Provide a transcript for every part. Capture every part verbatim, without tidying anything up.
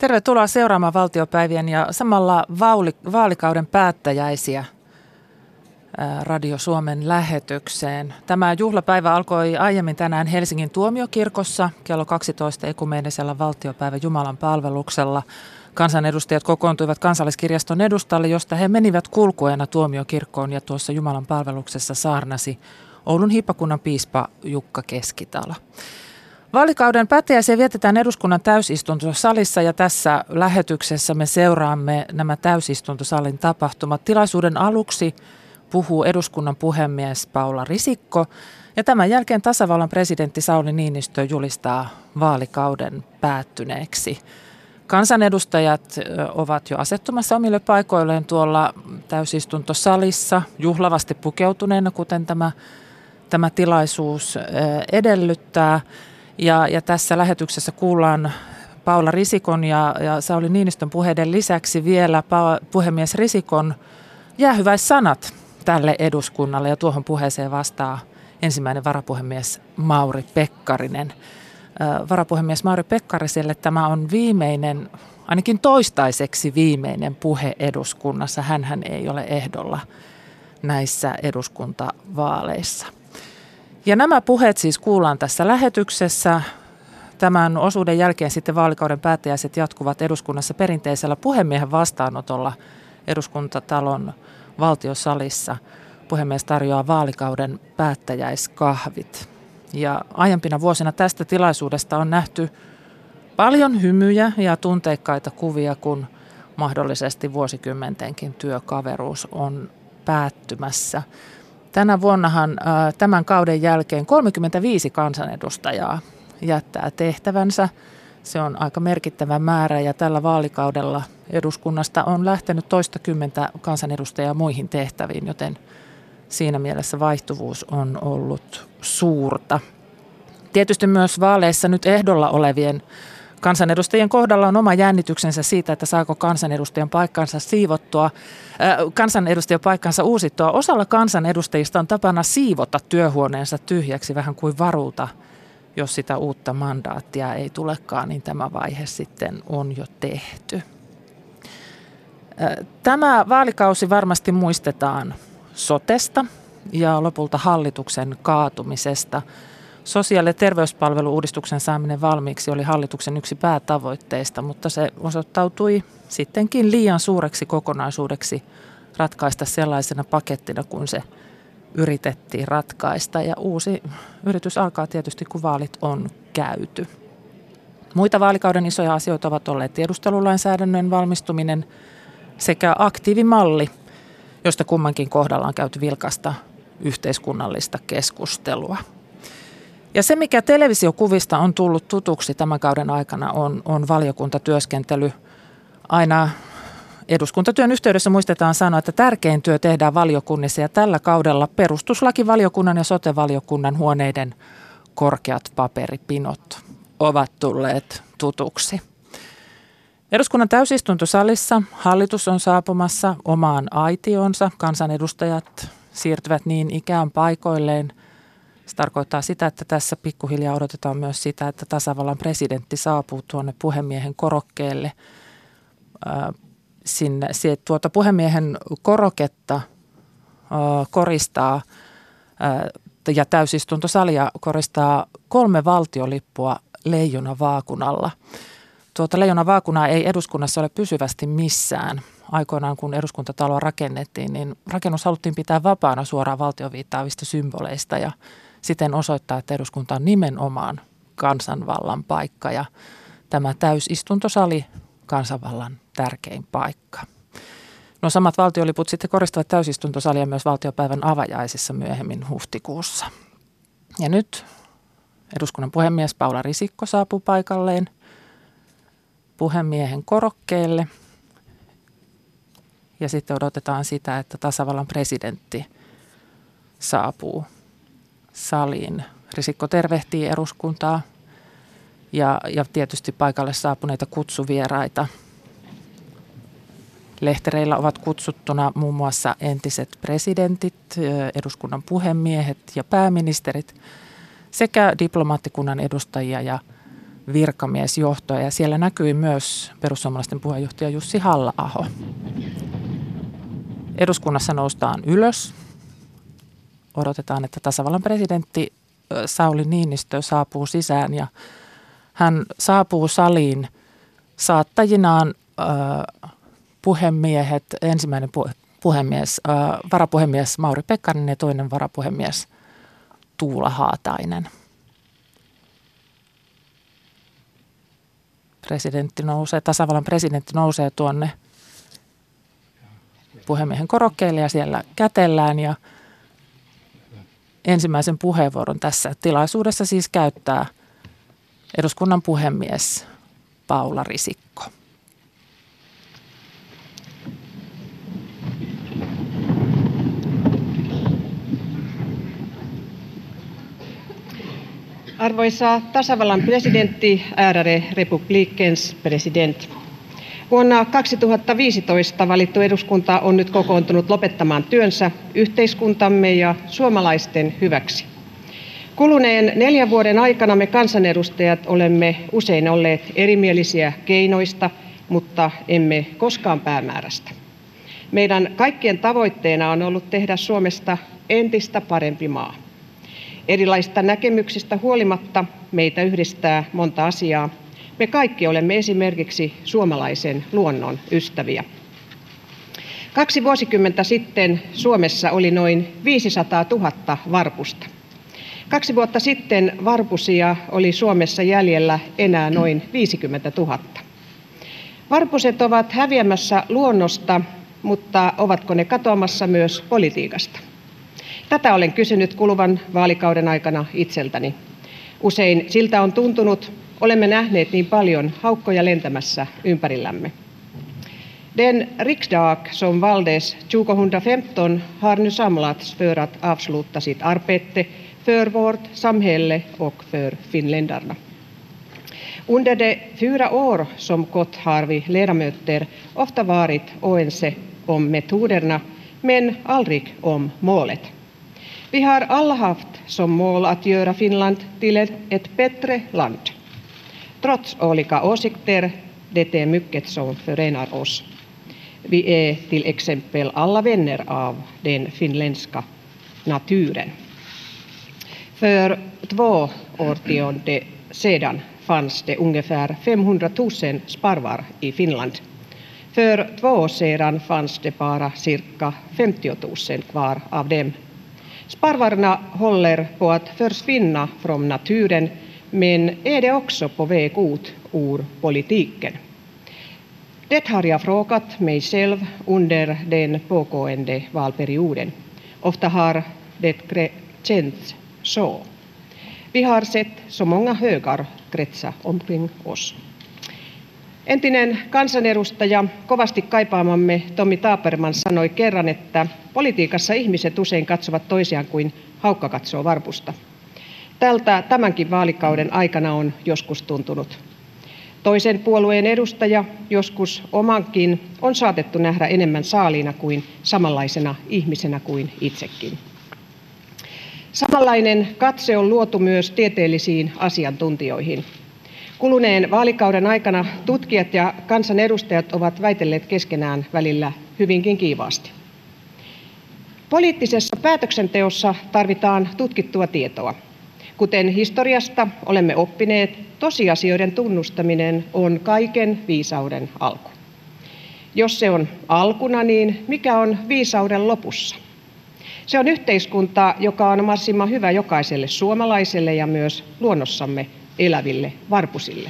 Tervetuloa seuraamaan valtiopäivien ja samalla vaali- vaalikauden päättäjäisiä Radio Suomen lähetykseen. Tämä juhlapäivä alkoi aiemmin tänään Helsingin tuomiokirkossa kello kaksitoista ekumeenisella valtiopäivä Jumalan palveluksella. Kansanedustajat kokoontuivat Kansalliskirjaston edustalle, josta he menivät kulkueena tuomiokirkkoon, ja tuossa Jumalan palveluksessa saarnasi Oulun hiippakunnan piispa Jukka Keskitalo. Vaalikauden päättäjäisiä vietetään eduskunnan täysistuntosalissa, ja tässä lähetyksessä me seuraamme nämä täysistuntosalin tapahtumat. Tilaisuuden aluksi puhuu eduskunnan puhemies Paula Risikko, ja tämän jälkeen tasavallan presidentti Sauli Niinistö julistaa vaalikauden päättyneeksi. Kansanedustajat ovat jo asettumassa omille paikoilleen tuolla täysistuntosalissa juhlavasti pukeutuneena, kuten tämä, tämä tilaisuus edellyttää. Ja, ja tässä lähetyksessä kuullaan Paula Risikon ja, ja Sauli Niinistön puheiden lisäksi vielä pa- puhemies Risikon jäähyväissanat tälle eduskunnalle, ja tuohon puheeseen vastaa ensimmäinen varapuhemies Mauri Pekkarinen. Varapuhemies Mauri Pekkariselle tämä on viimeinen, ainakin toistaiseksi viimeinen puhe eduskunnassa. Hänhän ei ole ehdolla näissä eduskuntavaaleissa. Ja nämä puheet siis kuullaan tässä lähetyksessä. Tämän osuuden jälkeen sitten vaalikauden päättäjäiset jatkuvat eduskunnassa perinteisellä puhemiehen vastaanotolla eduskuntatalon valtiosalissa. Puhemies tarjoaa vaalikauden päättäjäiskahvit. Ja aiempina vuosina tästä tilaisuudesta on nähty paljon hymyjä ja tunteikkaita kuvia, kun mahdollisesti vuosikymmentenkin työkaveruus on päättymässä. Tänä vuonnahan tämän kauden jälkeen kolmekymmentäviisi kansanedustajaa jättää tehtävänsä. Se on aika merkittävä määrä, ja tällä vaalikaudella eduskunnasta on lähtenyt toistakymmentä kansanedustajaa muihin tehtäviin, joten siinä mielessä vaihtuvuus on ollut suurta. Tietysti myös vaaleissa nyt ehdolla olevien kansanedustajien kohdalla on oma jännityksensä siitä, että saako kansanedustajan paikkansa siivottua, äh, kansanedustajan paikkansa uusittua. Osalla kansanedustajista on tapana siivota työhuoneensa tyhjäksi vähän kuin varulta. Jos sitä uutta mandaattia ei tulekaan, niin tämä vaihe sitten on jo tehty. Tämä vaalikausi varmasti muistetaan sotesta ja lopulta hallituksen kaatumisesta. Sosiaali- ja terveyspalvelu-uudistuksen saaminen valmiiksi oli hallituksen yksi päätavoitteista, mutta se osoittautui sittenkin liian suureksi kokonaisuudeksi ratkaista sellaisena pakettina, kun se yritettiin ratkaista. Ja uusi yritys alkaa tietysti, kun vaalit on käyty. Muita vaalikauden isoja asioita ovat olleet tiedustelulainsäädännön valmistuminen sekä aktiivimalli, josta kummankin kohdalla on käyty vilkasta yhteiskunnallista keskustelua. Ja se, mikä televisiokuvista on tullut tutuksi tämän kauden aikana, on, on valiokuntatyöskentely. Aina eduskuntatyön yhteydessä muistetaan sanoa, että tärkein työ tehdään valiokunnissa, ja tällä kaudella perustuslakivaliokunnan ja sote-valiokunnan huoneiden korkeat paperipinot ovat tulleet tutuksi. Eduskunnan täysistuntosalissa hallitus on saapumassa omaan aitionsa. Kansanedustajat siirtyvät niin ikään paikoilleen. Se tarkoittaa sitä, että tässä pikkuhiljaa odotetaan myös sitä, että tasavallan presidentti saapuu tuonne puhemiehen korokkeelle. Sinne, tuota puhemiehen koroketta koristaa ja täysistuntosalia koristaa kolme valtiolippua leijonavaakunalla. Tuota leijonavaakunaa ei eduskunnassa ole pysyvästi missään. Aikoinaan, kun eduskuntataloa rakennettiin, niin rakennus haluttiin pitää vapaana suoraan valtion viittaavista symboleista ja siten osoittaa, että eduskunta on nimenomaan kansanvallan paikka, ja tämä täysistuntosali kansanvallan tärkein paikka. No samat valtioliput sitten koristavat täysistuntosalia myös valtiopäivän avajaisissa myöhemmin huhtikuussa. Ja nyt eduskunnan puhemies Paula Risikko saapuu paikalleen puhemiehen korokkeelle, ja sitten odotetaan sitä, että tasavallan presidentti saapuu saliin. Risikko tervehtii eduskuntaa ja, ja tietysti paikalle saapuneita kutsuvieraita. Lehtereillä ovat kutsuttuna muun muassa entiset presidentit, eduskunnan puhemiehet ja pääministerit sekä diplomaattikunnan edustajia ja virkamiesjohtoa ja siellä näkyi myös perussuomalaisten puheenjohtaja Jussi Halla-aho. Eduskunnassa noustaan ylös. Odotetaan, että tasavallan presidentti Sauli Niinistö saapuu sisään ja hän saapuu saliin saattajinaan äh, puhemiehet, ensimmäinen pu, puhemies, äh, varapuhemies Mauri Pekkarinen ja toinen varapuhemies Tuula Haatainen. Presidentti nousee, tasavallan presidentti nousee tuonne puhemiehen korokkeelle ja siellä kätellään ja ensimmäisen puheenvuoron tässä tilaisuudessa siis käyttää eduskunnan puhemies Paula Risikko. Arvoisa tasavallan presidentti, ärade republikens president. Vuonna kaksituhattaviisitoista valittu eduskunta on nyt kokoontunut lopettamaan työnsä yhteiskuntamme ja suomalaisten hyväksi. Kuluneen neljän vuoden aikana me kansanedustajat olemme usein olleet erimielisiä keinoista, mutta emme koskaan päämäärästä. Meidän kaikkien tavoitteena on ollut tehdä Suomesta entistä parempi maa. Erilaisista näkemyksistä huolimatta meitä yhdistää monta asiaa. Me kaikki olemme esimerkiksi suomalaisen luonnon ystäviä. Kaksi vuosikymmentä sitten Suomessa oli noin viisisataatuhatta varpusta. Kaksi vuotta sitten varpusia oli Suomessa jäljellä enää noin viisikymmentätuhatta. Varpuset ovat häviämässä luonnosta, mutta ovatko ne katoamassa myös politiikasta? Tätä olen kysynyt kuluvan vaalikauden aikana itseltäni. Usein siltä on tuntunut, olemme nähneet niin paljon haukkoja lentämässä ympärillämme. Den riksdag som valdes tjugohundrafemton har nu samlats för att avsluta sitt arbete för vårt samhälle och för finländarna. Under de fyra år som gått har vi ledamöter ofta varit oense om metoderna, men aldrig om målet. Vi har alla haft som mål att göra Finland till ett bättre land. Trots olika åsikter, det är mycket som förenar oss. Vi är till exempel alla vänner av den finländska naturen. För två årtionden sedan fanns det ungefär femhundratusen sparvar i Finland. För två år sedan fanns det bara cirka femtiotusen kvar av dem. Sparvarna håller på att försvinna från naturen, men är det också på väg ut ur politiken? Det har jag frågat mig själv under den pågående valperioden. Ofta har det känts så. Vi har sett så många högar kretsa omkring oss. Entinen kansanedustaja, kovasti kaipaamamme Tommy Taberman sanoi kerran, että politiikassa ihmiset usein katsovat toisiaan kuin haukka katsoo varpusta. Tältä tämänkin vaalikauden aikana on joskus tuntunut. Toisen puolueen edustaja, joskus omankin, on saatettu nähdä enemmän saaliina kuin samanlaisena ihmisenä kuin itsekin. Samanlainen katse on luotu myös tieteellisiin asiantuntijoihin. Kuluneen vaalikauden aikana tutkijat ja kansanedustajat ovat väitelleet keskenään välillä hyvinkin kiivaasti. Poliittisessa päätöksenteossa tarvitaan tutkittua tietoa. Kuten historiasta olemme oppineet, tosiasioiden tunnustaminen on kaiken viisauden alku. Jos se on alkuna, niin mikä on viisauden lopussa? Se on yhteiskunta, joka on mahdollisimman hyvä jokaiselle suomalaiselle ja myös luonnossamme eläville varpusille.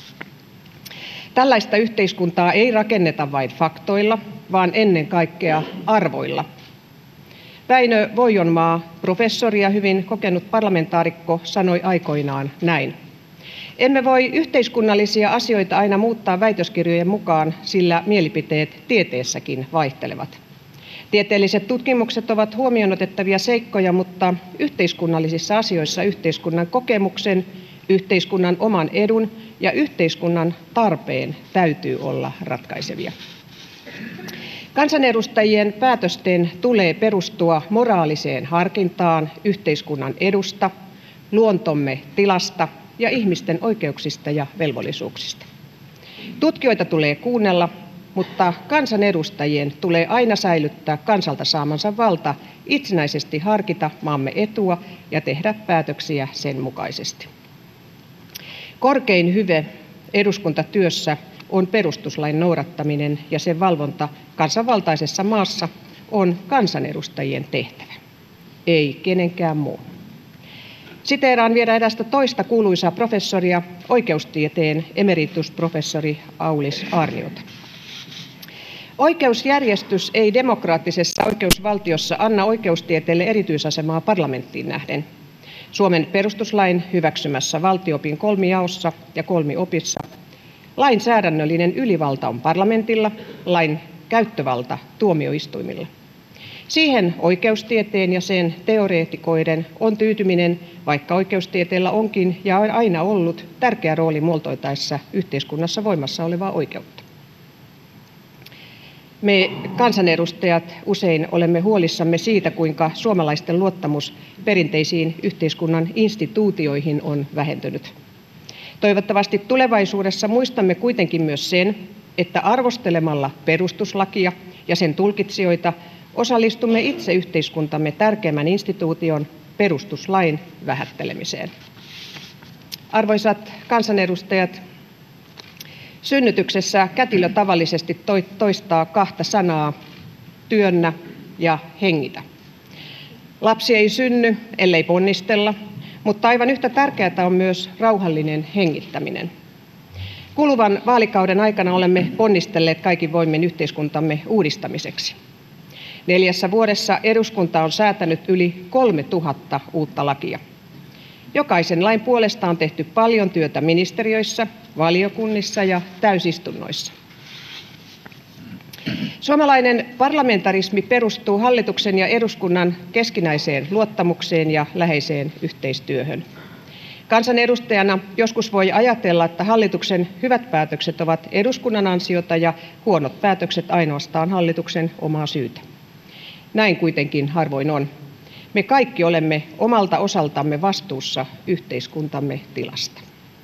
Tällaista yhteiskuntaa ei rakenneta vain faktoilla, vaan ennen kaikkea arvoilla. Väinö Voijonmaa, professori ja hyvin kokenut parlamentaarikko, sanoi aikoinaan näin. Emme voi yhteiskunnallisia asioita aina muuttaa väitöskirjojen mukaan, sillä mielipiteet tieteessäkin vaihtelevat. Tieteelliset tutkimukset ovat huomioon otettavia seikkoja, mutta yhteiskunnallisissa asioissa yhteiskunnan kokemuksen, yhteiskunnan oman edun ja yhteiskunnan tarpeen täytyy olla ratkaisevia. Kansanedustajien päätösten tulee perustua moraaliseen harkintaan yhteiskunnan edusta, luontomme tilasta ja ihmisten oikeuksista ja velvollisuuksista. Tutkijoita tulee kuunnella, mutta kansanedustajien tulee aina säilyttää kansalta saamansa valta itsenäisesti harkita maamme etua ja tehdä päätöksiä sen mukaisesti. Korkein hyve eduskuntatyössä on perustuslain noudattaminen ja sen valvonta kansanvaltaisessa maassa on kansanedustajien tehtävä, ei kenenkään muun. Siteeraan vielä erästä toista kuuluisaa professoria, oikeustieteen emeritusprofessori Aulis Aarniota. Oikeusjärjestys ei demokraattisessa oikeusvaltiossa anna oikeustieteelle erityisasemaa parlamenttiin nähden. Suomen perustuslain hyväksymässä valtio-opin kolmijaossa ja kolmiopissa lainsäädännöllinen ylivalta on parlamentilla, lain käyttövalta tuomioistuimilla. Siihen oikeustieteen ja sen teoreetikoiden on tyytyminen, vaikka oikeustieteellä onkin ja on aina ollut tärkeä rooli muotoiltaessa yhteiskunnassa voimassa olevaa oikeutta. Me kansanedustajat usein olemme huolissamme siitä, kuinka suomalaisten luottamus perinteisiin yhteiskunnan instituutioihin on vähentynyt. Toivottavasti tulevaisuudessa muistamme kuitenkin myös sen, että arvostelemalla perustuslakia ja sen tulkitsijoita osallistumme itse yhteiskuntamme tärkeimmän instituution, perustuslain, vähättelemiseen. Arvoisat kansanedustajat, synnytyksessä kätilö tavallisesti toistaa kahta sanaa, työnnä ja hengitä. Lapsi ei synny, ellei ponnistella, mutta aivan yhtä tärkeää on myös rauhallinen hengittäminen. Kuluvan vaalikauden aikana olemme ponnistelleet kaikin voimin yhteiskuntamme uudistamiseksi. Neljässä vuodessa eduskunta on säätänyt yli kolmetuhatta uutta lakia. Jokaisen lain puolesta on tehty paljon työtä ministeriöissä, valiokunnissa ja täysistunnoissa. Suomalainen parlamentarismi perustuu hallituksen ja eduskunnan keskinäiseen luottamukseen ja läheiseen yhteistyöhön. Kansanedustajana joskus voi ajatella, että hallituksen hyvät päätökset ovat eduskunnan ansiota ja huonot päätökset ainoastaan hallituksen omaa syytä. Näin kuitenkin harvoin on. Me kaikki olemme omalta osaltamme vastuussa yhteiskuntamme tilasta.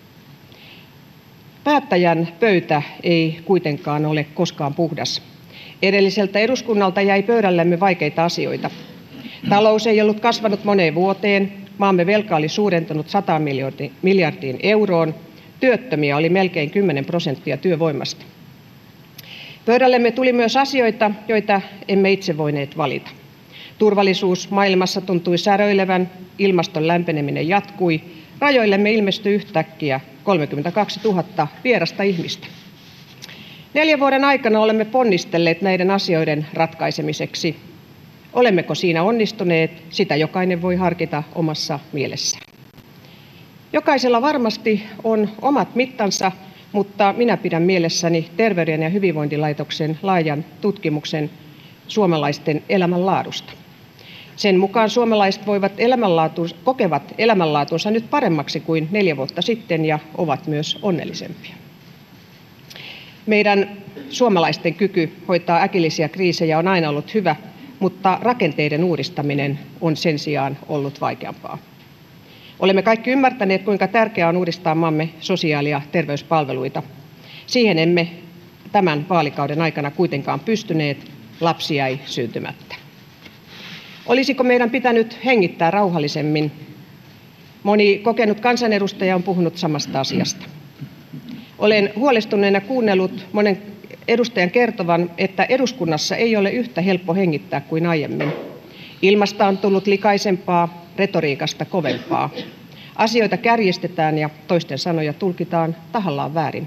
Päättäjän pöytä ei kuitenkaan ole koskaan puhdas. Edelliseltä eduskunnalta jäi pöydällemme vaikeita asioita. Talous ei ollut kasvanut moneen vuoteen, maamme velka oli suurentunut sataan miljardiin euroon, työttömiä oli melkein kymmenen prosenttia työvoimasta. Pöydällemme tuli myös asioita, joita emme itse voineet valita. Turvallisuus maailmassa tuntui säröilevän, ilmaston lämpeneminen jatkui, rajoillemme ilmestyi yhtäkkiä kolmekymmentäkaksituhatta vierasta ihmistä. Neljän vuoden aikana olemme ponnistelleet näiden asioiden ratkaisemiseksi. Olemmeko siinä onnistuneet, sitä jokainen voi harkita omassa mielessään. Jokaisella varmasti on omat mittansa, mutta minä pidän mielessäni Terveyden ja hyvinvointilaitoksen laajan tutkimuksen suomalaisten elämänlaadusta. Sen mukaan suomalaiset voivat elämänlaatu, kokevat elämänlaatunsa nyt paremmaksi kuin neljä vuotta sitten ja ovat myös onnellisempia. Meidän suomalaisten kyky hoitaa äkillisiä kriisejä on aina ollut hyvä, mutta rakenteiden uudistaminen on sen sijaan ollut vaikeampaa. Olemme kaikki ymmärtäneet, kuinka tärkeää on uudistaa maamme sosiaali- ja terveyspalveluita. Siihen emme tämän vaalikauden aikana kuitenkaan pystyneet, lapsi jäi syntymättä. Olisiko meidän pitänyt hengittää rauhallisemmin? Moni kokenut kansanedustaja on puhunut samasta asiasta. Olen huolestuneena kuunnellut monen edustajan kertovan, että eduskunnassa ei ole yhtä helppo hengittää kuin aiemmin. Ilmasta on tullut likaisempaa, retoriikasta kovempaa. Asioita kärjistetään ja toisten sanoja tulkitaan tahallaan väärin.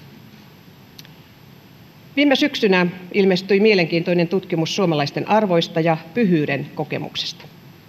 Viime syksynä ilmestyi mielenkiintoinen tutkimus suomalaisten arvoista ja pyhyyden kokemuksesta.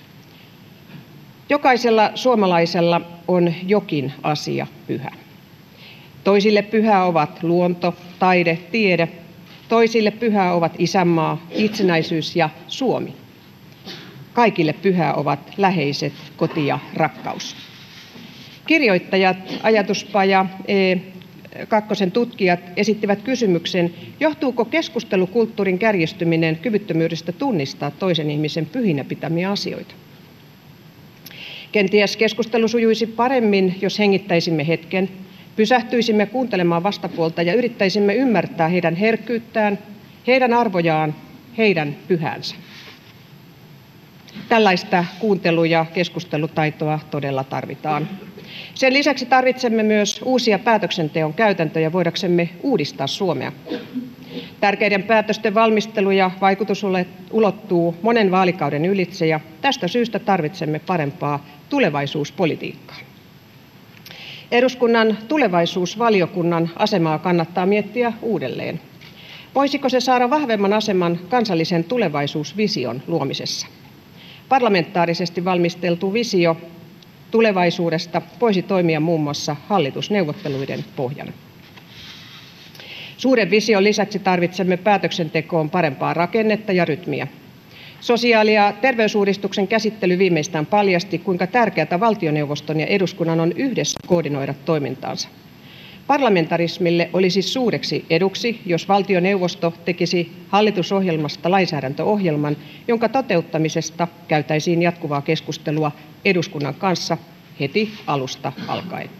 Jokaisella suomalaisella on jokin asia pyhä. Toisille pyhää ovat luonto, taide, tiede. Toisille pyhää ovat isänmaa, itsenäisyys ja Suomi. Kaikille pyhää ovat läheiset, koti ja rakkaus. Kirjoittajat, ajatuspaja E kakkosen tutkijat esittivät kysymyksen, johtuuko keskustelukulttuurin kärjistyminen kyvyttömyydestä tunnistaa toisen ihmisen pyhinä pitämiä asioita. Kenties keskustelu sujuisi paremmin, jos hengittäisimme hetken, pysähtyisimme kuuntelemaan vastapuolta ja yrittäisimme ymmärtää heidän herkkyyttään, heidän arvojaan, heidän pyhäänsä. Tällaista kuuntelu- ja keskustelutaitoa todella tarvitaan. Sen lisäksi tarvitsemme myös uusia päätöksenteon käytäntöjä voidaksemme uudistaa Suomea. Tärkeiden päätösten valmistelu ja vaikutus ulottuu monen vaalikauden ylitse ja tästä syystä tarvitsemme parempaa tulevaisuuspolitiikkaa. Eduskunnan tulevaisuusvaliokunnan asemaa kannattaa miettiä uudelleen. Voisiko se saada vahvemman aseman kansallisen tulevaisuusvision luomisessa? Parlamentaarisesti valmisteltu visio tulevaisuudesta voisi toimia muun muassa hallitusneuvotteluiden pohjana. Suuren vision lisäksi tarvitsemme päätöksentekoon parempaa rakennetta ja rytmiä. Sosiaali- ja terveysuudistuksen käsittely viimeistään paljasti, kuinka tärkeää valtioneuvoston ja eduskunnan on yhdessä koordinoida toimintaansa. Parlamentarismille olisi suureksi eduksi, jos valtioneuvosto tekisi hallitusohjelmasta lainsäädäntöohjelman, jonka toteuttamisesta käytäisiin jatkuvaa keskustelua eduskunnan kanssa heti alusta alkaen.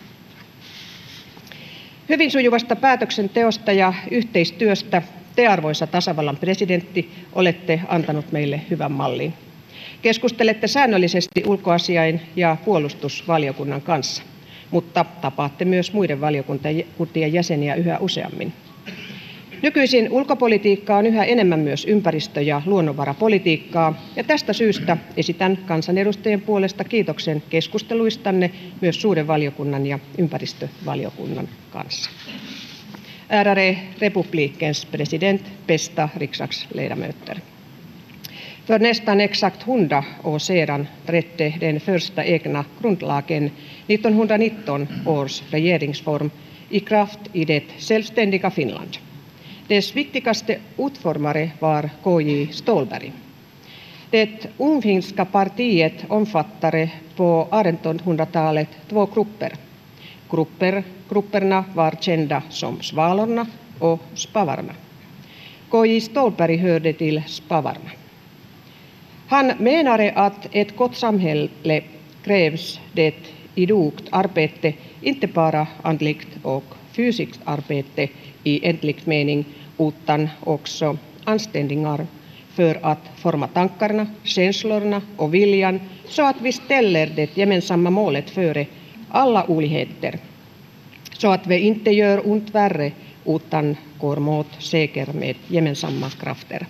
Hyvin sujuvasta päätöksenteosta ja yhteistyöstä te, arvoisa tasavallan presidentti, olette antanut meille hyvän mallin. Keskustelette säännöllisesti ulkoasiain- ja puolustusvaliokunnan kanssa, mutta tapaatte myös muiden valiokuntien jäseniä yhä useammin. Nykyisin ulkopolitiikka on yhä enemmän myös ympäristö- ja luonnonvarapolitiikkaa, ja tästä syystä esitän kansanedustajien puolesta kiitoksen keskusteluistanne myös suuren valiokunnan ja ympäristövaliokunnan kanssa. Ärade republikens president, bästa riksdagsledamöter. För nästan exakt hundra år sedan trädde den första egna grundlagen, nittonhundranitton års regeringsform, i kraft i det självständiga Finland. Dess viktigaste utformare var K J Ståhlberg. Det ungfinska partiet omfattade på artonhundratalet två grupper. Grupper, grupperna var kända som Svalorna och Spavarna. K J Ståhlberg hörde till Spavarna. Han menade att ett gott samhälle krävs det idogt arbete, inte bara andligt och fysiskt arbete i egentlig mening, utan också ansträngningar för att forma tankarna, känslorna och viljan så att vi ställer det gemensamma målet före alla olikheter, så att vi inte gör ont värre utan går mot seger med gemensamma krafter.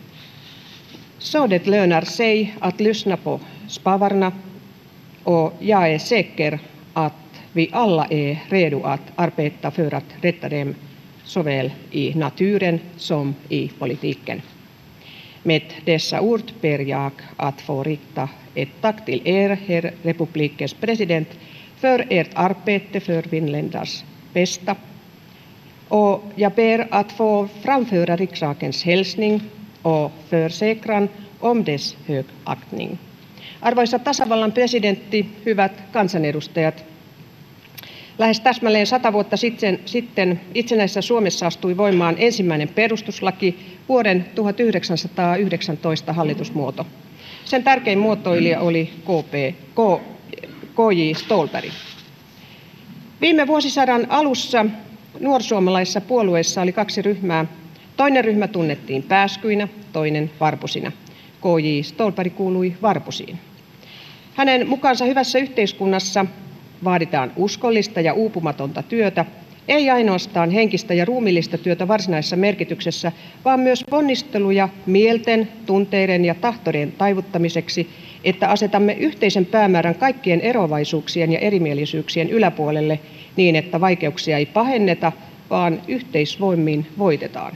Så det lönar sig att lyssna på Spavarna, och jag är säker att vi alla är redo att arbeta för att rädda dem såväl i naturen som i politiken. Med dessa ord ber jag att få rikta ett tack till er, herr republikens president, för ert arbete för finländars bästa. Och jag ber att få framföra riksdagens hälsning och försäkran om dess högaktning. Arvoisa tasavallan presidentti, hyvät kansanedustajat, lähes täsmälleen sata vuotta sitten, sitten itsenäisessä Suomessa astui voimaan ensimmäinen perustuslaki, vuoden tuhatyhdeksänsataayhdeksäntoista hallitusmuoto. Sen tärkein muotoilija oli K P, K, K J Ståhlberg. Viime vuosisadan alussa nuorsuomalaisissa puolueissa oli kaksi ryhmää. Toinen ryhmä tunnettiin pääskyinä, toinen varpusina. K J Ståhlberg kuului varpusiin. Hänen mukaansa hyvässä yhteiskunnassa vaaditaan uskollista ja uupumatonta työtä, ei ainoastaan henkistä ja ruumiillista työtä varsinaisessa merkityksessä, vaan myös ponnisteluja mielten, tunteiden ja tahtojen taivuttamiseksi, että asetamme yhteisen päämäärän kaikkien eroavaisuuksien ja erimielisyyksien yläpuolelle niin, että vaikeuksia ei pahenneta, vaan yhteisvoimin voitetaan.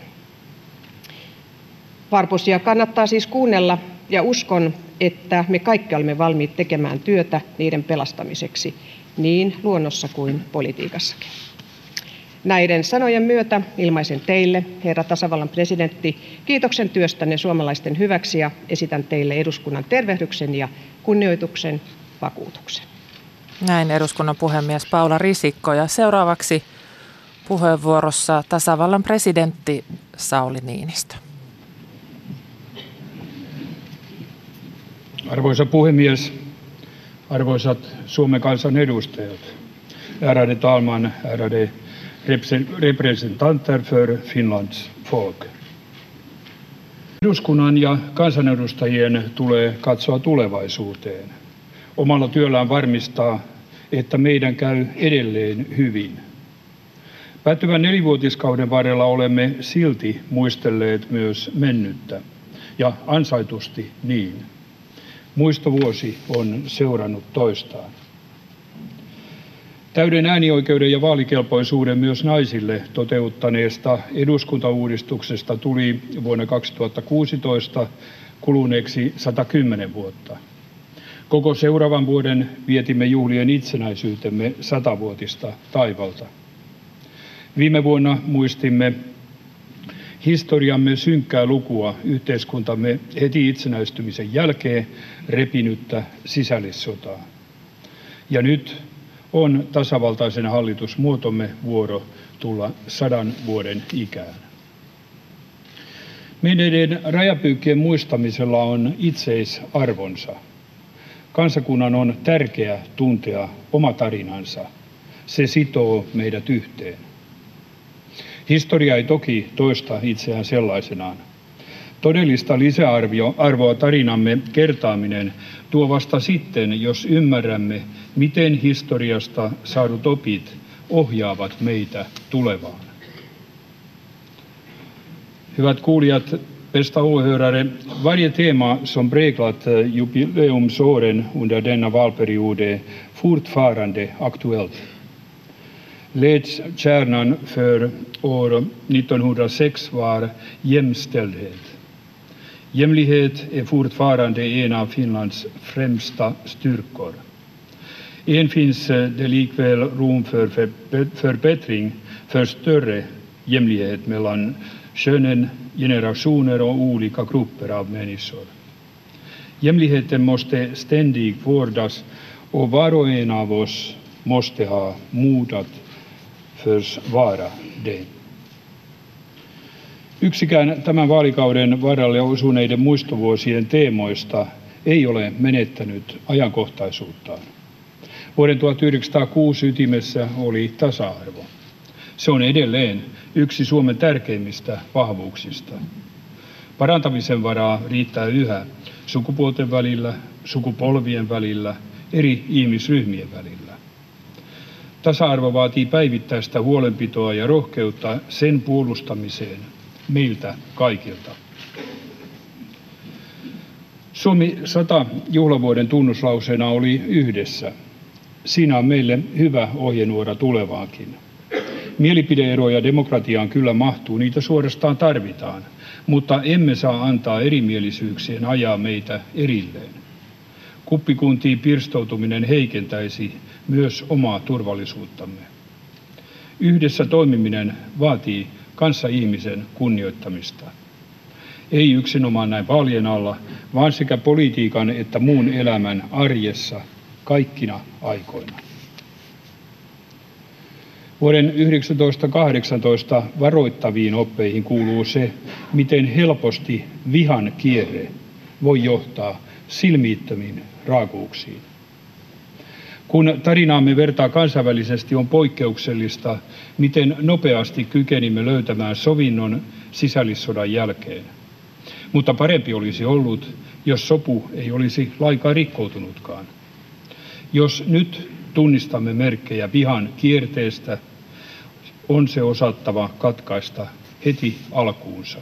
Varpusia kannattaa siis kuunnella, ja uskon, että me kaikki olemme valmiit tekemään työtä niiden pelastamiseksi, niin luonnossa kuin politiikassakin. Näiden sanojen myötä ilmaisen teille, herra tasavallan presidentti, kiitoksen työstänne suomalaisten hyväksi ja esitän teille eduskunnan tervehdyksen ja kunnioituksen vakuutuksen. Näin eduskunnan puhemies Paula Risikko, ja seuraavaksi puheenvuorossa tasavallan presidentti Sauli Niinistö. Arvoisa puhemies, Arvoisat Suomen kansan edustajat, ärade talman, ärade representanter för Finlands folk. Eduskunnan ja kansanedustajien tulee katsoa tulevaisuuteen. Omalla työllään varmistaa, että meidän käy edelleen hyvin. Päättyvän nelivuotiskauden varrella olemme silti muistelleet myös mennyttä, ja ansaitusti niin. Muistovuosi on seurannut toistaan. Täyden äänioikeuden ja vaalikelpoisuuden myös naisille toteuttaneesta eduskuntauudistuksesta tuli vuonna kaksituhattakuusitoista kuluneeksi sata kymmenen vuotta. Koko seuraavan vuoden vietimme juhlien itsenäisyytemme satavuotista taivalta. Viime vuonna muistimme historiamme synkkää lukua yhteiskuntamme heti itsenäistymisen jälkeen repinyttä sisällissotaa. Ja nyt on tasavaltaisen hallitusmuotomme vuoro tulla sadan vuoden ikään. Menneiden rajapyykkien muistamisella on itseisarvonsa. Kansakunnan on tärkeää tuntea oma tarinansa. Se sitoo meidät yhteen. Historia ei toki toista itseään sellaisenaan. Todellista lisäarvoa tarinamme kertaaminen tuo vasta sitten, jos ymmärrämme, miten historiasta saadut opit ohjaavat meitä tulevaan. Hyvät kuulijat, bästa åhörare, varje tema som präglat jubileumsåren under denna valperiod är fortfarande aktuellt. Ledstjärnan för år nittonhundrasex var jämställdhet. Jämlikhet är fortfarande en av Finlands främsta styrkor. Än finns det likväl rum för förbättring för större jämlikhet mellan könen, generationer och olika grupper av människor. Jämlikheten måste ständigt vårdas och var och en av oss måste ha mod att försvara det. Yksikään tämän vaalikauden varalle osuneiden muistovuosien teemoista ei ole menettänyt ajankohtaisuuttaan. Vuoden tuhatyhdeksänsataakuusi ytimessä oli tasa-arvo. Se on edelleen yksi Suomen tärkeimmistä vahvuuksista. Parantamisen varaa riittää yhä sukupuolten välillä, sukupolvien välillä, eri ihmisryhmien välillä. Tasa-arvo vaatii päivittäistä huolenpitoa ja rohkeutta sen puolustamiseen meiltä kaikilta. Suomi sata juhlavuoden tunnuslauseena oli yhdessä. Siinä on meille hyvä ohjenuora tulevaankin. Mielipide-eroja demokratiaan kyllä mahtuu, niitä suorastaan tarvitaan, mutta emme saa antaa erimielisyyksien ajaa meitä erilleen. Kuppikuntiin pirstoutuminen heikentäisi myös omaa turvallisuuttamme. Yhdessä toimiminen vaatii kanssaihmisen kunnioittamista. Ei yksinomaan näin vaalien alla, vaan sekä politiikan että muun elämän arjessa kaikkina aikoina. Vuoden tuhatyhdeksänsataakahdeksantoista varoittaviin oppeihin kuuluu se, miten helposti vihan kierre voi johtaa silmiittömiin raakuuksiin. Kun tarinaamme vertaa kansainvälisesti, on poikkeuksellista, miten nopeasti kykenimme löytämään sovinnon sisällissodan jälkeen. Mutta parempi olisi ollut, jos sopu ei olisi lainkaan rikkoutunutkaan. Jos nyt tunnistamme merkkejä vihan kierteestä, on se osattava katkaista heti alkuunsa.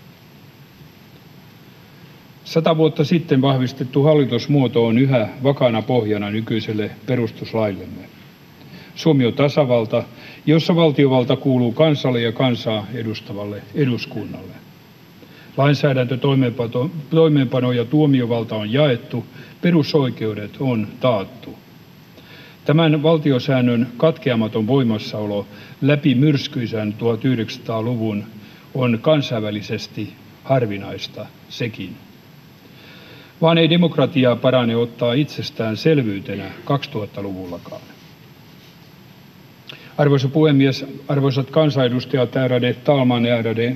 Sata vuotta sitten vahvistettu hallitusmuoto on yhä vakaana pohjana nykyiselle perustuslaillemme. Suomi on tasavalta, jossa valtiovalta kuuluu kansalle ja kansaa edustavalle eduskunnalle. Lainsäädäntö, toimeenpano ja tuomiovalta on jaettu, perusoikeudet on taattu. Tämän valtiosäännön katkeamaton voimassaolo läpi myrskyisen tuhatyhdeksänsataaluvun on kansainvälisesti harvinaista sekin. Vaan ei demokratiaa parane ottaa itsestäänselvyytenä kaksituhattaluvullakaan. Arvoisa puhemies, arvoisat kansanedustajat, ärade talman, ärade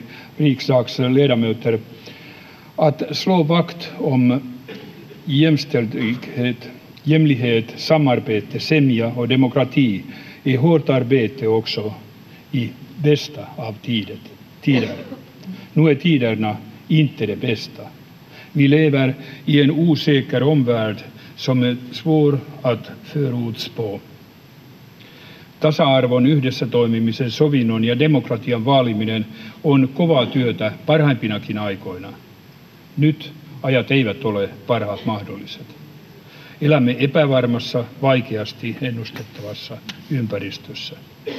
riksdagsledamöter. Att slå vakt om jämställdhet Jämlikhet, samarbete, sämja och demokrati är hårt arbete också i bästa av tider. Nu är tiderna inte det bästa. Vi lever i en osäker omvärld som är svår att förutspå. Tasa-arvon, yhdessä toimimisen, sovinnon ja demokratian vaaliminen on kovaa työtä parhaimpinakin aikoina. Nyt ajat eivät ole parhaat mahdolliset. Elämme epävarmassa, vaikeasti ennustettavassa ympäristössä.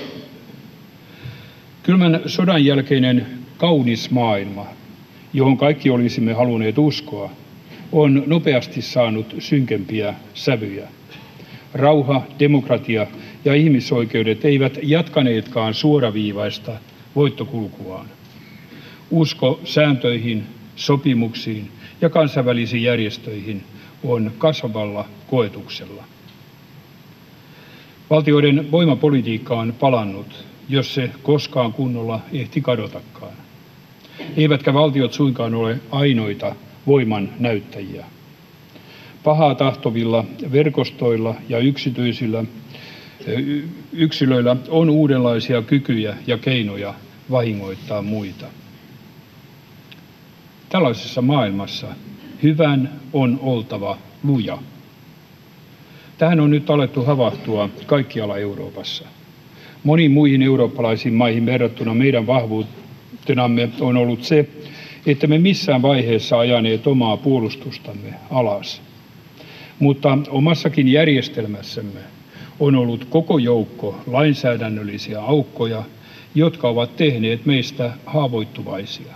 Kylmän sodan jälkeinen kaunis maailma, johon kaikki olisimme halunneet uskoa, on nopeasti saanut synkempiä sävyjä. Rauha, demokratia ja ihmisoikeudet eivät jatkaneetkaan suoraviivaista voittokulkuaan. Usko sääntöihin, sopimuksiin ja kansainvälisiin järjestöihin on kasvavalla koetuksella. Valtioiden voimapolitiikka on palannut, jos se koskaan kunnolla ehti kadotakaan. Eivätkä valtiot suinkaan ole ainoita voiman näyttäjiä. Pahaa tahtovilla verkostoilla ja yksityisillä yksilöillä on uudenlaisia kykyjä ja keinoja vahingoittaa muita. Tällaisessa maailmassa hyvän on oltava luja. Tähän on nyt alettu havahtua kaikkialla Euroopassa. Moniin muihin eurooppalaisiin maihin verrattuna meidän vahvuutenamme on ollut se, että me missään vaiheessa ajaneet omaa puolustustamme alas. Mutta omassakin järjestelmässämme on ollut koko joukko lainsäädännöllisiä aukkoja, jotka ovat tehneet meistä haavoittuvaisia.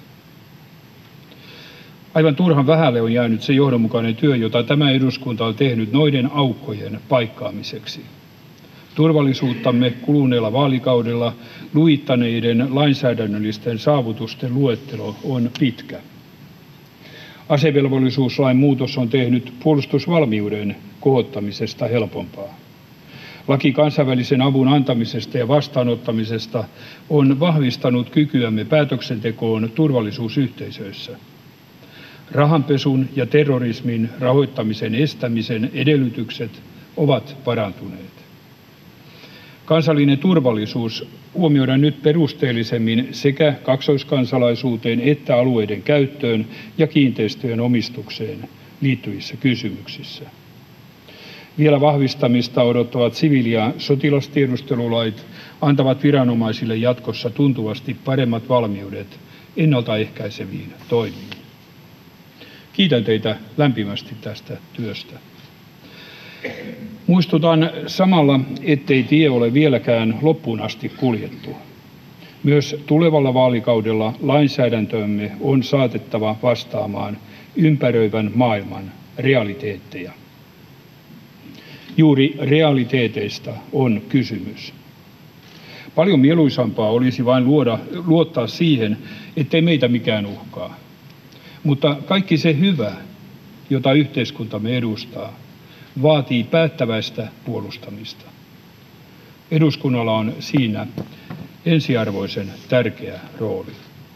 Aivan turhan vähälle on jäänyt se johdonmukainen työ, jota tämä eduskunta on tehnyt noiden aukkojen paikkaamiseksi. Turvallisuuttamme kuluneella vaalikaudella luittaneiden lainsäädännöllisten saavutusten luettelo on pitkä. Asevelvollisuuslain muutos on tehnyt puolustusvalmiuden kohottamisesta helpompaa. Laki kansainvälisen avun antamisesta ja vastaanottamisesta on vahvistanut kykyämme päätöksentekoon turvallisuusyhteisöissä. Rahanpesun ja terrorismin rahoittamisen estämisen edellytykset ovat parantuneet. Kansallinen turvallisuus huomioidaan nyt perusteellisemmin sekä kaksoiskansalaisuuteen että alueiden käyttöön ja kiinteistöjen omistukseen liittyvissä kysymyksissä. Vielä vahvistamista odottavat siviili- ja sotilastiedustelulait antavat viranomaisille jatkossa tuntuvasti paremmat valmiudet ennaltaehkäiseviin toimiin. Kiitän teitä lämpimästi tästä työstä. Muistutan samalla, ettei tie ole vieläkään loppuun asti kuljettu. Myös tulevalla vaalikaudella lainsäädäntömme on saatettava vastaamaan ympäröivän maailman realiteetteja. Juuri realiteeteista on kysymys. Paljon mieluisampaa olisi vain luoda, luottaa siihen, ettei meitä mikään uhkaa. Mutta kaikki se hyvä, jota yhteiskuntamme edustaa, vaatii päättäväistä puolustamista. Eduskunnalla on siinä ensiarvoisen tärkeä rooli.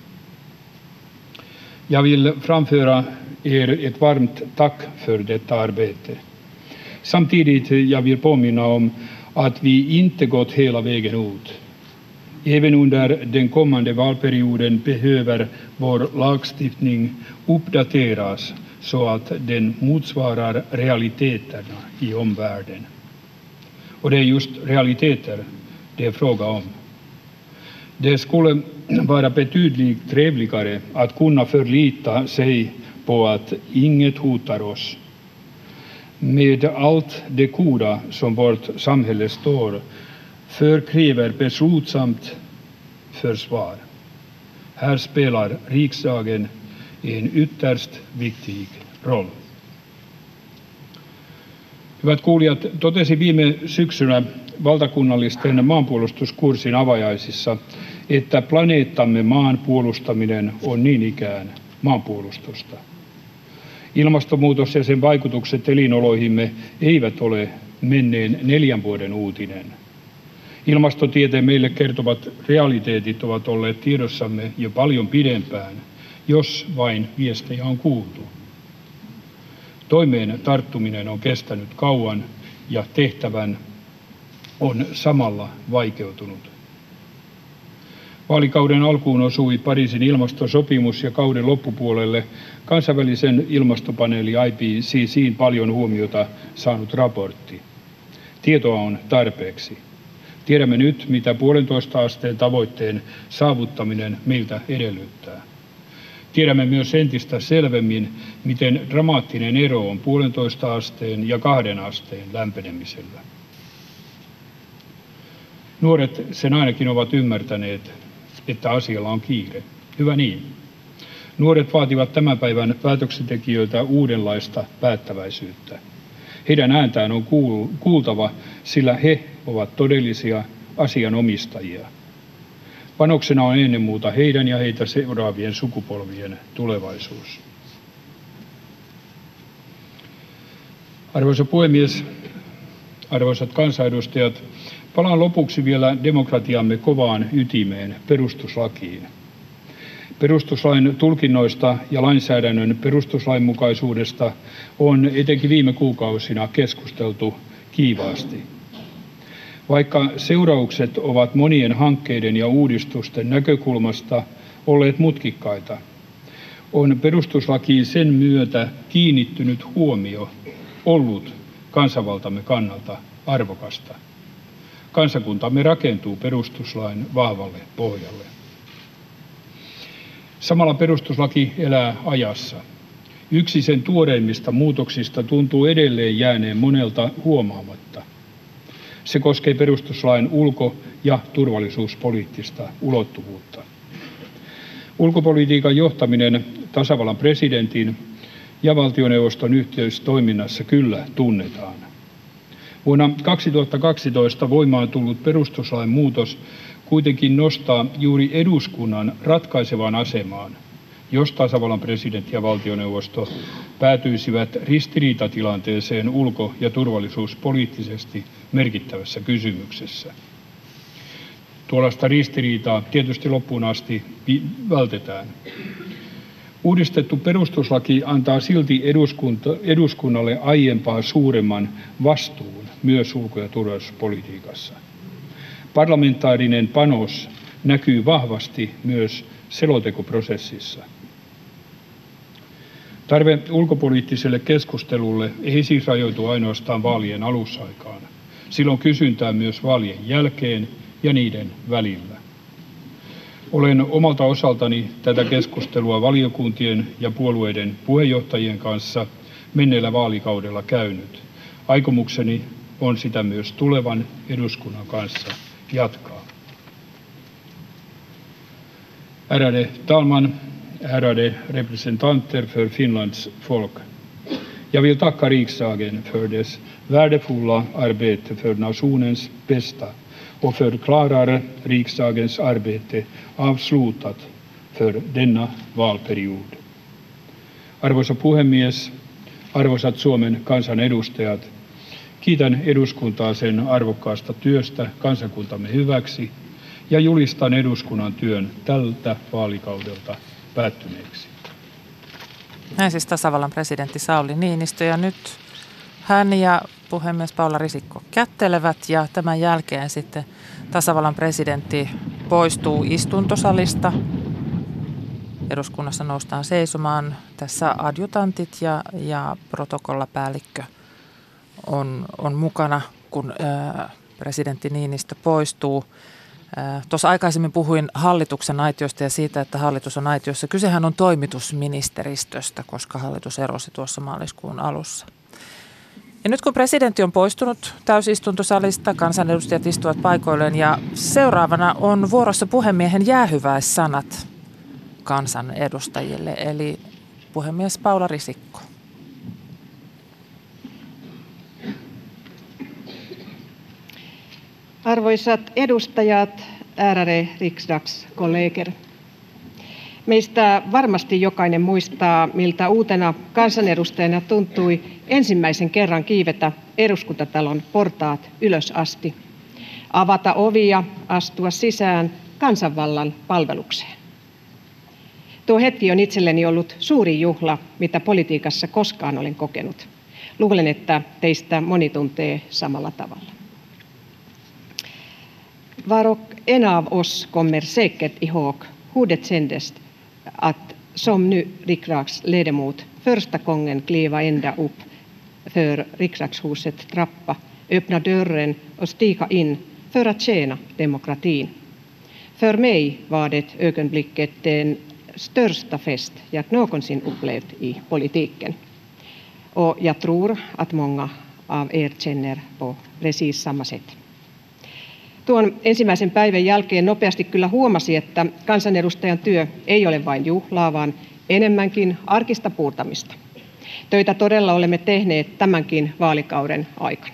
Jag vill framföra er ett varmt tack för detta arbete. Samtidigt jag vill påminna om att vi inte gått hela vägen ut. Även under den kommande valperioden behöver vår lagstiftning uppdateras så att den motsvarar realiteterna i omvärlden. Och det är just realiteter det är fråga om. Det skulle vara betydligt trevligare att kunna förlita sig på att inget hotar oss. Med allt det goda som vårt samhälle står för kräver beslutsamt försvar. Här spelar riksdagen en ytterst viktig roll. Hyvät kuulijat, totesin viime syksynä valtakunnallisten maanpuolustuskurssin avajaisissa, että planeettamme maan puolustaminen on niin ikään maanpuolustusta. Ilmastonmuutos ja sen vaikutukset elinoloihimme eivät ole menneen neljän vuoden uutinen. Ilmastotieteen meille kertovat realiteetit ovat olleet tiedossamme jo paljon pidempään, jos vain viestejä on kuultu. Toimeen tarttuminen on kestänyt kauan ja tehtävän on samalla vaikeutunut. Vaalikauden alkuun osui Pariisin ilmastosopimus ja kauden loppupuolelle kansainvälisen ilmastopaneeli I P C C:n paljon huomiota saanut raportti. Tietoa on tarpeeksi. Tiedämme nyt, mitä puolentoista asteen tavoitteen saavuttaminen meiltä edellyttää. Tiedämme myös entistä selvemmin, miten dramaattinen ero on puolentoista asteen ja kahden asteen lämpenemisellä. Nuoret sen ainakin ovat ymmärtäneet, että asialla on kiire. Hyvä niin. Nuoret vaativat tämän päivän päätöksentekijöiltä uudenlaista päättäväisyyttä. Heidän ääntään on kuultava, sillä he ovat todellisia asianomistajia. Panoksena on ennen muuta heidän ja heitä seuraavien sukupolvien tulevaisuus. Arvoisa puhemies, arvoisat kansanedustajat, palaan lopuksi vielä demokratiamme kovaan ytimeen, perustuslakiin. Perustuslain tulkinnoista ja lainsäädännön perustuslainmukaisuudesta on etenkin viime kuukausina keskusteltu kiivaasti. Vaikka seuraukset ovat monien hankkeiden ja uudistusten näkökulmasta olleet mutkikkaita, on perustuslakiin sen myötä kiinnittynyt huomio ollut kansanvaltamme kannalta arvokasta. Kansakuntamme rakentuu perustuslain vahvalle pohjalle. Samalla perustuslaki elää ajassa. Yksi sen tuoreimmista muutoksista tuntuu edelleen jääneen monelta huomaamatta. Se koskee perustuslain ulko- ja turvallisuuspoliittista ulottuvuutta. Ulkopolitiikan johtaminen tasavallan presidentin ja valtioneuvoston yhteistoiminnassa kyllä tunnetaan. Vuonna kaksituhattakaksitoista voimaan tullut perustuslain muutos kuitenkin nostaa juuri eduskunnan ratkaisevaan asemaan, jos tasavallan presidentti ja valtioneuvosto päätyisivät ristiriitatilanteeseen ulko- ja turvallisuuspoliittisesti merkittävässä kysymyksessä. Tuollaista ristiriitaa tietysti loppuun asti vältetään. Uudistettu perustuslaki antaa silti eduskunta, eduskunnalle aiempaa suuremman vastuun myös ulko- ja turvallisuuspolitiikassa. Parlamentaarinen panos näkyy vahvasti myös selontekoprosessissa. Tarve ulkopoliittiselle keskustelulle ei siis rajoitu ainoastaan vaalien alusaikaan. Silloin kysyntää myös vaalien jälkeen ja niiden välillä. Olen omalta osaltani tätä keskustelua valiokuntien ja puolueiden puheenjohtajien kanssa menneellä vaalikaudella käynyt. Aikomukseni on sitä myös tulevan eduskunnan kanssa jatkaa. Ärade talman, ärade representanter för Finlands folk. Jag vill tacka riksdagen för dess värdefulla arbete för nationens bästa och förklarar riksdagens arbete avslutat för denna valperiod. Arvoisa puhemies, arvoisat Suomen kansanedustajat, kiitän eduskuntaa sen arvokkaasta työstä kansakuntamme hyväksi ja julistan eduskunnan työn tältä vaalikaudelta päättyneeksi. Näin siis tasavallan presidentti Sauli Niinistö, ja nyt hän ja puhemies Paula Risikko kättelevät, ja tämän jälkeen sitten tasavallan presidentti poistuu istuntosalista. Eduskunnassa noustaan seisomaan. Tässä adjutantit ja, ja protokollapäällikkö on, on mukana, kun ää, presidentti Niinistö poistuu. Ää, tuossa aikaisemmin puhuin hallituksen aitiosta ja siitä, että hallitus on aitiossa. Kysehän on toimitusministeristöstä, koska hallitus erosi tuossa maaliskuun alussa. Ja nyt kun presidentti on poistunut täysistuntosalista, kansanedustajat istuvat paikoilleen, ja seuraavana on vuorossa puhemiehen jäähyväissanat kansanedustajille, eli puhemies Paula Risikko. Arvoisat edustajat, ärade riksdagskolleger. Meistä varmasti jokainen muistaa, miltä uutena kansanedustajana tuntui ensimmäisen kerran kiivetä eduskuntatalon portaat ylös asti, avata ovia, astua sisään kansanvallan palvelukseen. Tuo hetki on itselleni ollut suuri juhla, mitä politiikassa koskaan olen kokenut. Luulen, että teistä moni tuntee samalla tavalla. Var och en av oss kommer säkert ihåg hur det kändes att som nu riksdagsledamot första gången kliva ända upp för riksdagshusets trappa, öppna dörren och stiga in för att tjäna demokratin. För mig var det ögonblicket den största fest jag någonsin upplevt i politiken. Och jag tror att många av er känner på precis samma sätt. Tuon ensimmäisen päivän jälkeen nopeasti kyllä huomasi, että kansanedustajan työ ei ole vain juhlaa, vaan enemmänkin arkista puurtamista. Töitä todella olemme tehneet tämänkin vaalikauden aikana.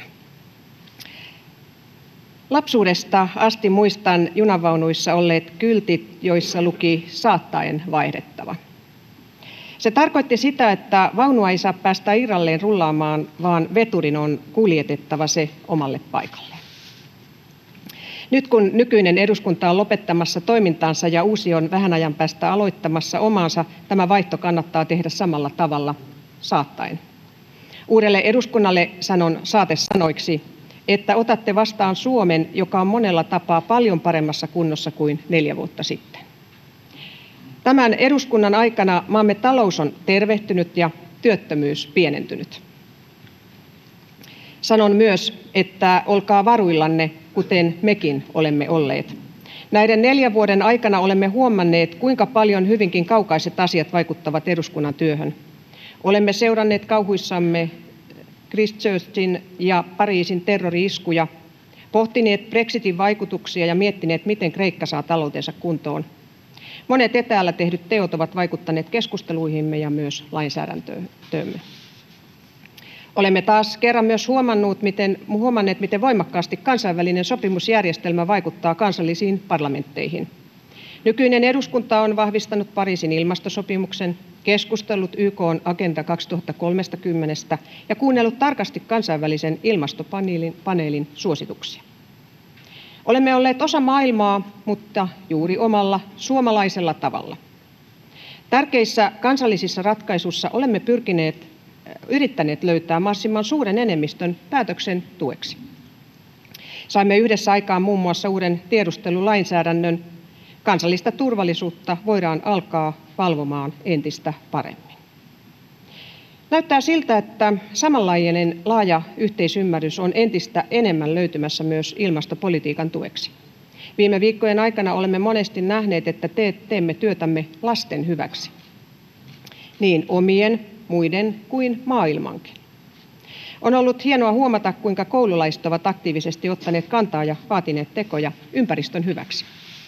Lapsuudesta asti muistan junavaunuissa olleet kyltit, joissa luki saattaen vaihdettava. Se tarkoitti sitä, että vaunua ei saa päästä irralleen rullaamaan, vaan veturin on kuljetettava se omalle paikalle. Nyt kun nykyinen eduskunta on lopettamassa toimintaansa ja uusi on vähän ajan päästä aloittamassa omaansa, tämä vaihto kannattaa tehdä samalla tavalla saattaen. Uudelle eduskunnalle sanon saatesanoiksi, että otatte vastaan Suomen, joka on monella tapaa paljon paremmassa kunnossa kuin neljä vuotta sitten. Tämän eduskunnan aikana maamme talous on tervehtynyt ja työttömyys pienentynyt. Sanon myös, että olkaa varuillanne, kuten mekin olemme olleet. Näiden neljän vuoden aikana olemme huomanneet, kuinka paljon hyvinkin kaukaiset asiat vaikuttavat eduskunnan työhön. Olemme seuranneet kauhuissamme Christchurchin ja Pariisin terrori-iskuja, pohtineet Brexitin vaikutuksia ja miettineet, miten Kreikka saa taloutensa kuntoon. Monet etäällä tehdyt teot ovat vaikuttaneet keskusteluihimme ja myös lainsäädäntöömme. Olemme taas kerran myös huomannut, miten, huomanneet, miten voimakkaasti kansainvälinen sopimusjärjestelmä vaikuttaa kansallisiin parlamentteihin. Nykyinen eduskunta on vahvistanut Pariisin ilmastosopimuksen, keskustellut Y K:n Agenda kaksituhattakolmekymmentä ja kuunnellut tarkasti kansainvälisen ilmastopaneelin paneelin suosituksia. Olemme olleet osa maailmaa, mutta juuri omalla suomalaisella tavalla. Tärkeissä kansallisissa ratkaisuissa olemme pyrkineet, yrittäneet löytää mahdollisimman suuren enemmistön päätöksen tueksi. Saimme yhdessä aikaan muun muassa uuden tiedustelulainsäädännön. Kansallista turvallisuutta voidaan alkaa valvomaan entistä paremmin. Näyttää siltä, että samanlainen laaja yhteisymmärrys on entistä enemmän löytymässä myös ilmastopolitiikan tueksi. Viime viikkojen aikana olemme monesti nähneet, että te teemme työtämme lasten hyväksi. Niin omien, muiden kuin maailmankin. On ollut hienoa huomata, kuinka koululaiset ovat aktiivisesti ottaneet kantaa ja vaatineet tekoja ympäristön hyväksi.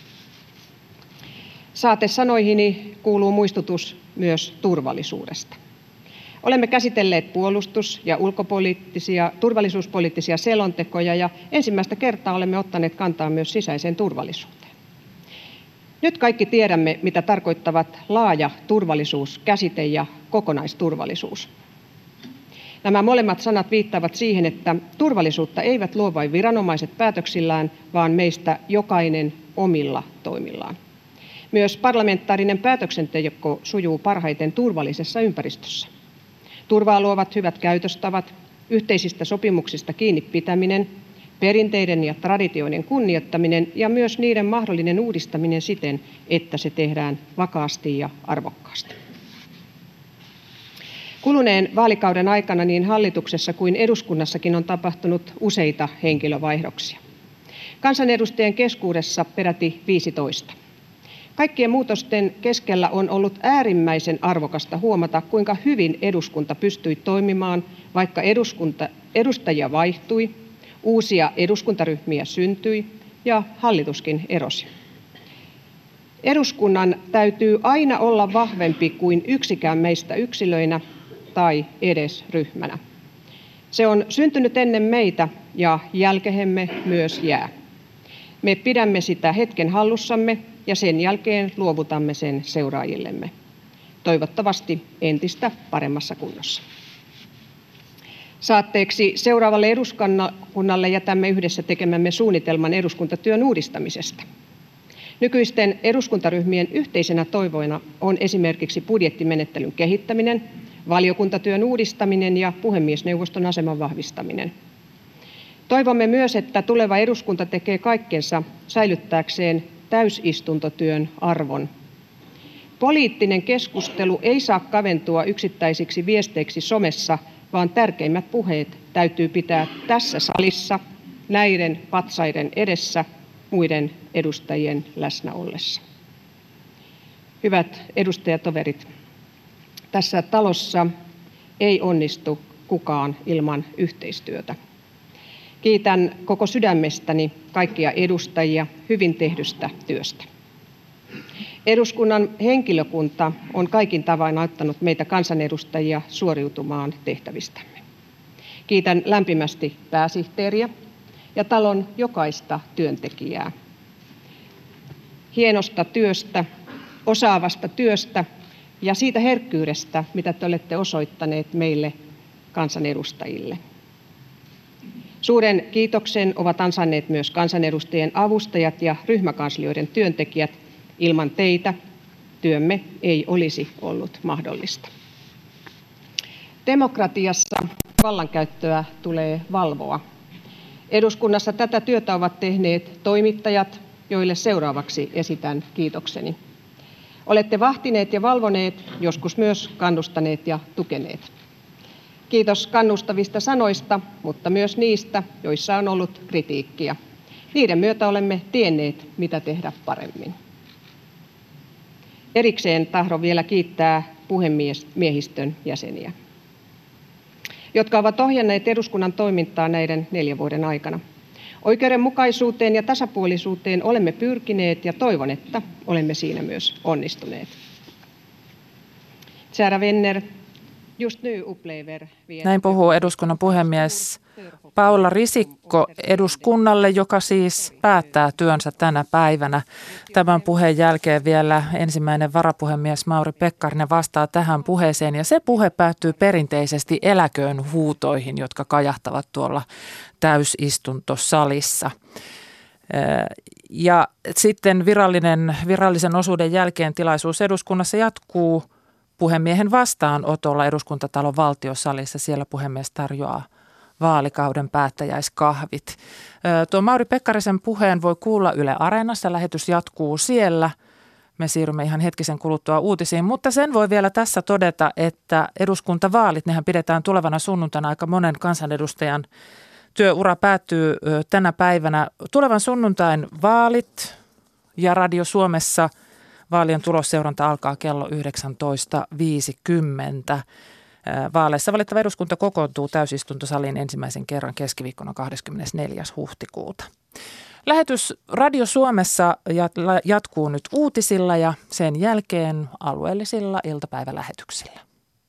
Saatesanoihini kuuluu muistutus myös turvallisuudesta. Olemme käsitelleet puolustus- ja ulkopoliittisia, turvallisuuspoliittisia selontekoja ja ensimmäistä kertaa olemme ottaneet kantaa myös sisäiseen turvallisuuteen. Nyt kaikki tiedämme, mitä tarkoittavat laaja turvallisuuskäsite ja kokonaisturvallisuus. Nämä molemmat sanat viittaavat siihen, että turvallisuutta eivät luo vain viranomaiset päätöksillään, vaan meistä jokainen omilla toimillaan. Myös parlamentaarinen päätöksenteko sujuu parhaiten turvallisessa ympäristössä. Turvaa luovat hyvät käytöstavat, yhteisistä sopimuksista kiinni pitäminen, perinteiden ja traditioiden kunnioittaminen ja myös niiden mahdollinen uudistaminen siten, että se tehdään vakaasti ja arvokkaasti. Kuluneen vaalikauden aikana niin hallituksessa kuin eduskunnassakin on tapahtunut useita henkilövaihdoksia. Kansanedustajien keskuudessa peräti viisitoista. Kaikkien muutosten keskellä on ollut äärimmäisen arvokasta huomata, kuinka hyvin eduskunta pystyi toimimaan, vaikka eduskunta, edustajia vaihtui, uusia eduskuntaryhmiä syntyi ja hallituskin erosi. Eduskunnan täytyy aina olla vahvempi kuin yksikään meistä yksilöinä tai edes ryhmänä. Se on syntynyt ennen meitä ja jälkehemme myös jää. Me pidämme sitä hetken hallussamme ja sen jälkeen luovutamme sen seuraajillemme. Toivottavasti entistä paremmassa kunnossa. Saatteeksi seuraavalle eduskunnalle jätämme yhdessä tekemämme suunnitelman eduskuntatyön uudistamisesta. Nykyisten eduskuntaryhmien yhteisenä toivoina on esimerkiksi budjettimenettelyn kehittäminen, valiokuntatyön uudistaminen ja puhemiesneuvoston aseman vahvistaminen. Toivomme myös, että tuleva eduskunta tekee kaikkensa säilyttääkseen täysistuntotyön arvon. Poliittinen keskustelu ei saa kaventua yksittäisiksi viesteiksi somessa, vaan tärkeimmät puheet täytyy pitää tässä salissa, näiden patsaiden edessä, muiden edustajien läsnä ollessa. Hyvät edustajatoverit, tässä talossa ei onnistu kukaan ilman yhteistyötä. Kiitän koko sydämestäni kaikkia edustajia hyvin tehdystä työstä. Eduskunnan henkilökunta on kaikin tavoin auttanut meitä kansanedustajia suoriutumaan tehtävistämme. Kiitän lämpimästi pääsihteeriä ja talon jokaista työntekijää hienosta työstä, osaavasta työstä ja siitä herkkyydestä, mitä te olette osoittaneet meille kansanedustajille. Suuren kiitoksen ovat ansainneet myös kansanedustajien avustajat ja ryhmäkanslioiden työntekijät. Ilman teitä työmme ei olisi ollut mahdollista. Demokratiassa vallankäyttöä tulee valvoa. Eduskunnassa tätä työtä ovat tehneet toimittajat, joille seuraavaksi esitän kiitokseni. Olette vahtineet ja valvoneet, joskus myös kannustaneet ja tukeneet. Kiitos kannustavista sanoista, mutta myös niistä, joissa on ollut kritiikkiä. Niiden myötä olemme tienneet, mitä tehdä paremmin. Erikseen tahdon vielä kiittää puhemiehistön jäseniä, jotka ovat ohjanneet eduskunnan toimintaa näiden neljän vuoden aikana. Oikeudenmukaisuuteen ja tasapuolisuuteen olemme pyrkineet ja toivon, että olemme siinä myös onnistuneet. Kära vänner, just nu upplever vi... Näin puhuu eduskunnan puhemies Paula Risikko eduskunnalle, joka siis päättää työnsä tänä päivänä. Tämän puheen jälkeen vielä ensimmäinen varapuhemies Mauri Pekkarinen vastaa tähän puheeseen ja se puhe päättyy perinteisesti eläköön huutoihin, jotka kajahtavat tuolla täysistuntosalissa. Ja sitten virallinen, virallisen osuuden jälkeen tilaisuus eduskunnassa jatkuu puhemiehen vastaanotolla Eduskuntatalon valtiosalissa. Siellä puhemies tarjoaa vaalikauden päättäjäiskahvit. Tuo Mauri Pekkarisen puheen voi kuulla Yle Areenassa. Lähetys jatkuu siellä. Me siirrymme ihan hetkisen kuluttua uutisiin, mutta sen voi vielä tässä todeta, että eduskuntavaalit, nehän pidetään tulevana sunnuntaina. Aika monen kansanedustajan työura päättyy tänä päivänä. Tulevan sunnuntain vaalit ja Radio Suomessa vaalien tulosseuranta alkaa kello yhdeksäntoista viisikymmentä. Vaaleissa valittava eduskunta kokoontuu täysistuntosaliin ensimmäisen kerran keskiviikkona kahdeskymmenesneljäs huhtikuuta. Lähetys Radio Suomessa jatkuu nyt uutisilla ja sen jälkeen alueellisilla iltapäivälähetyksillä.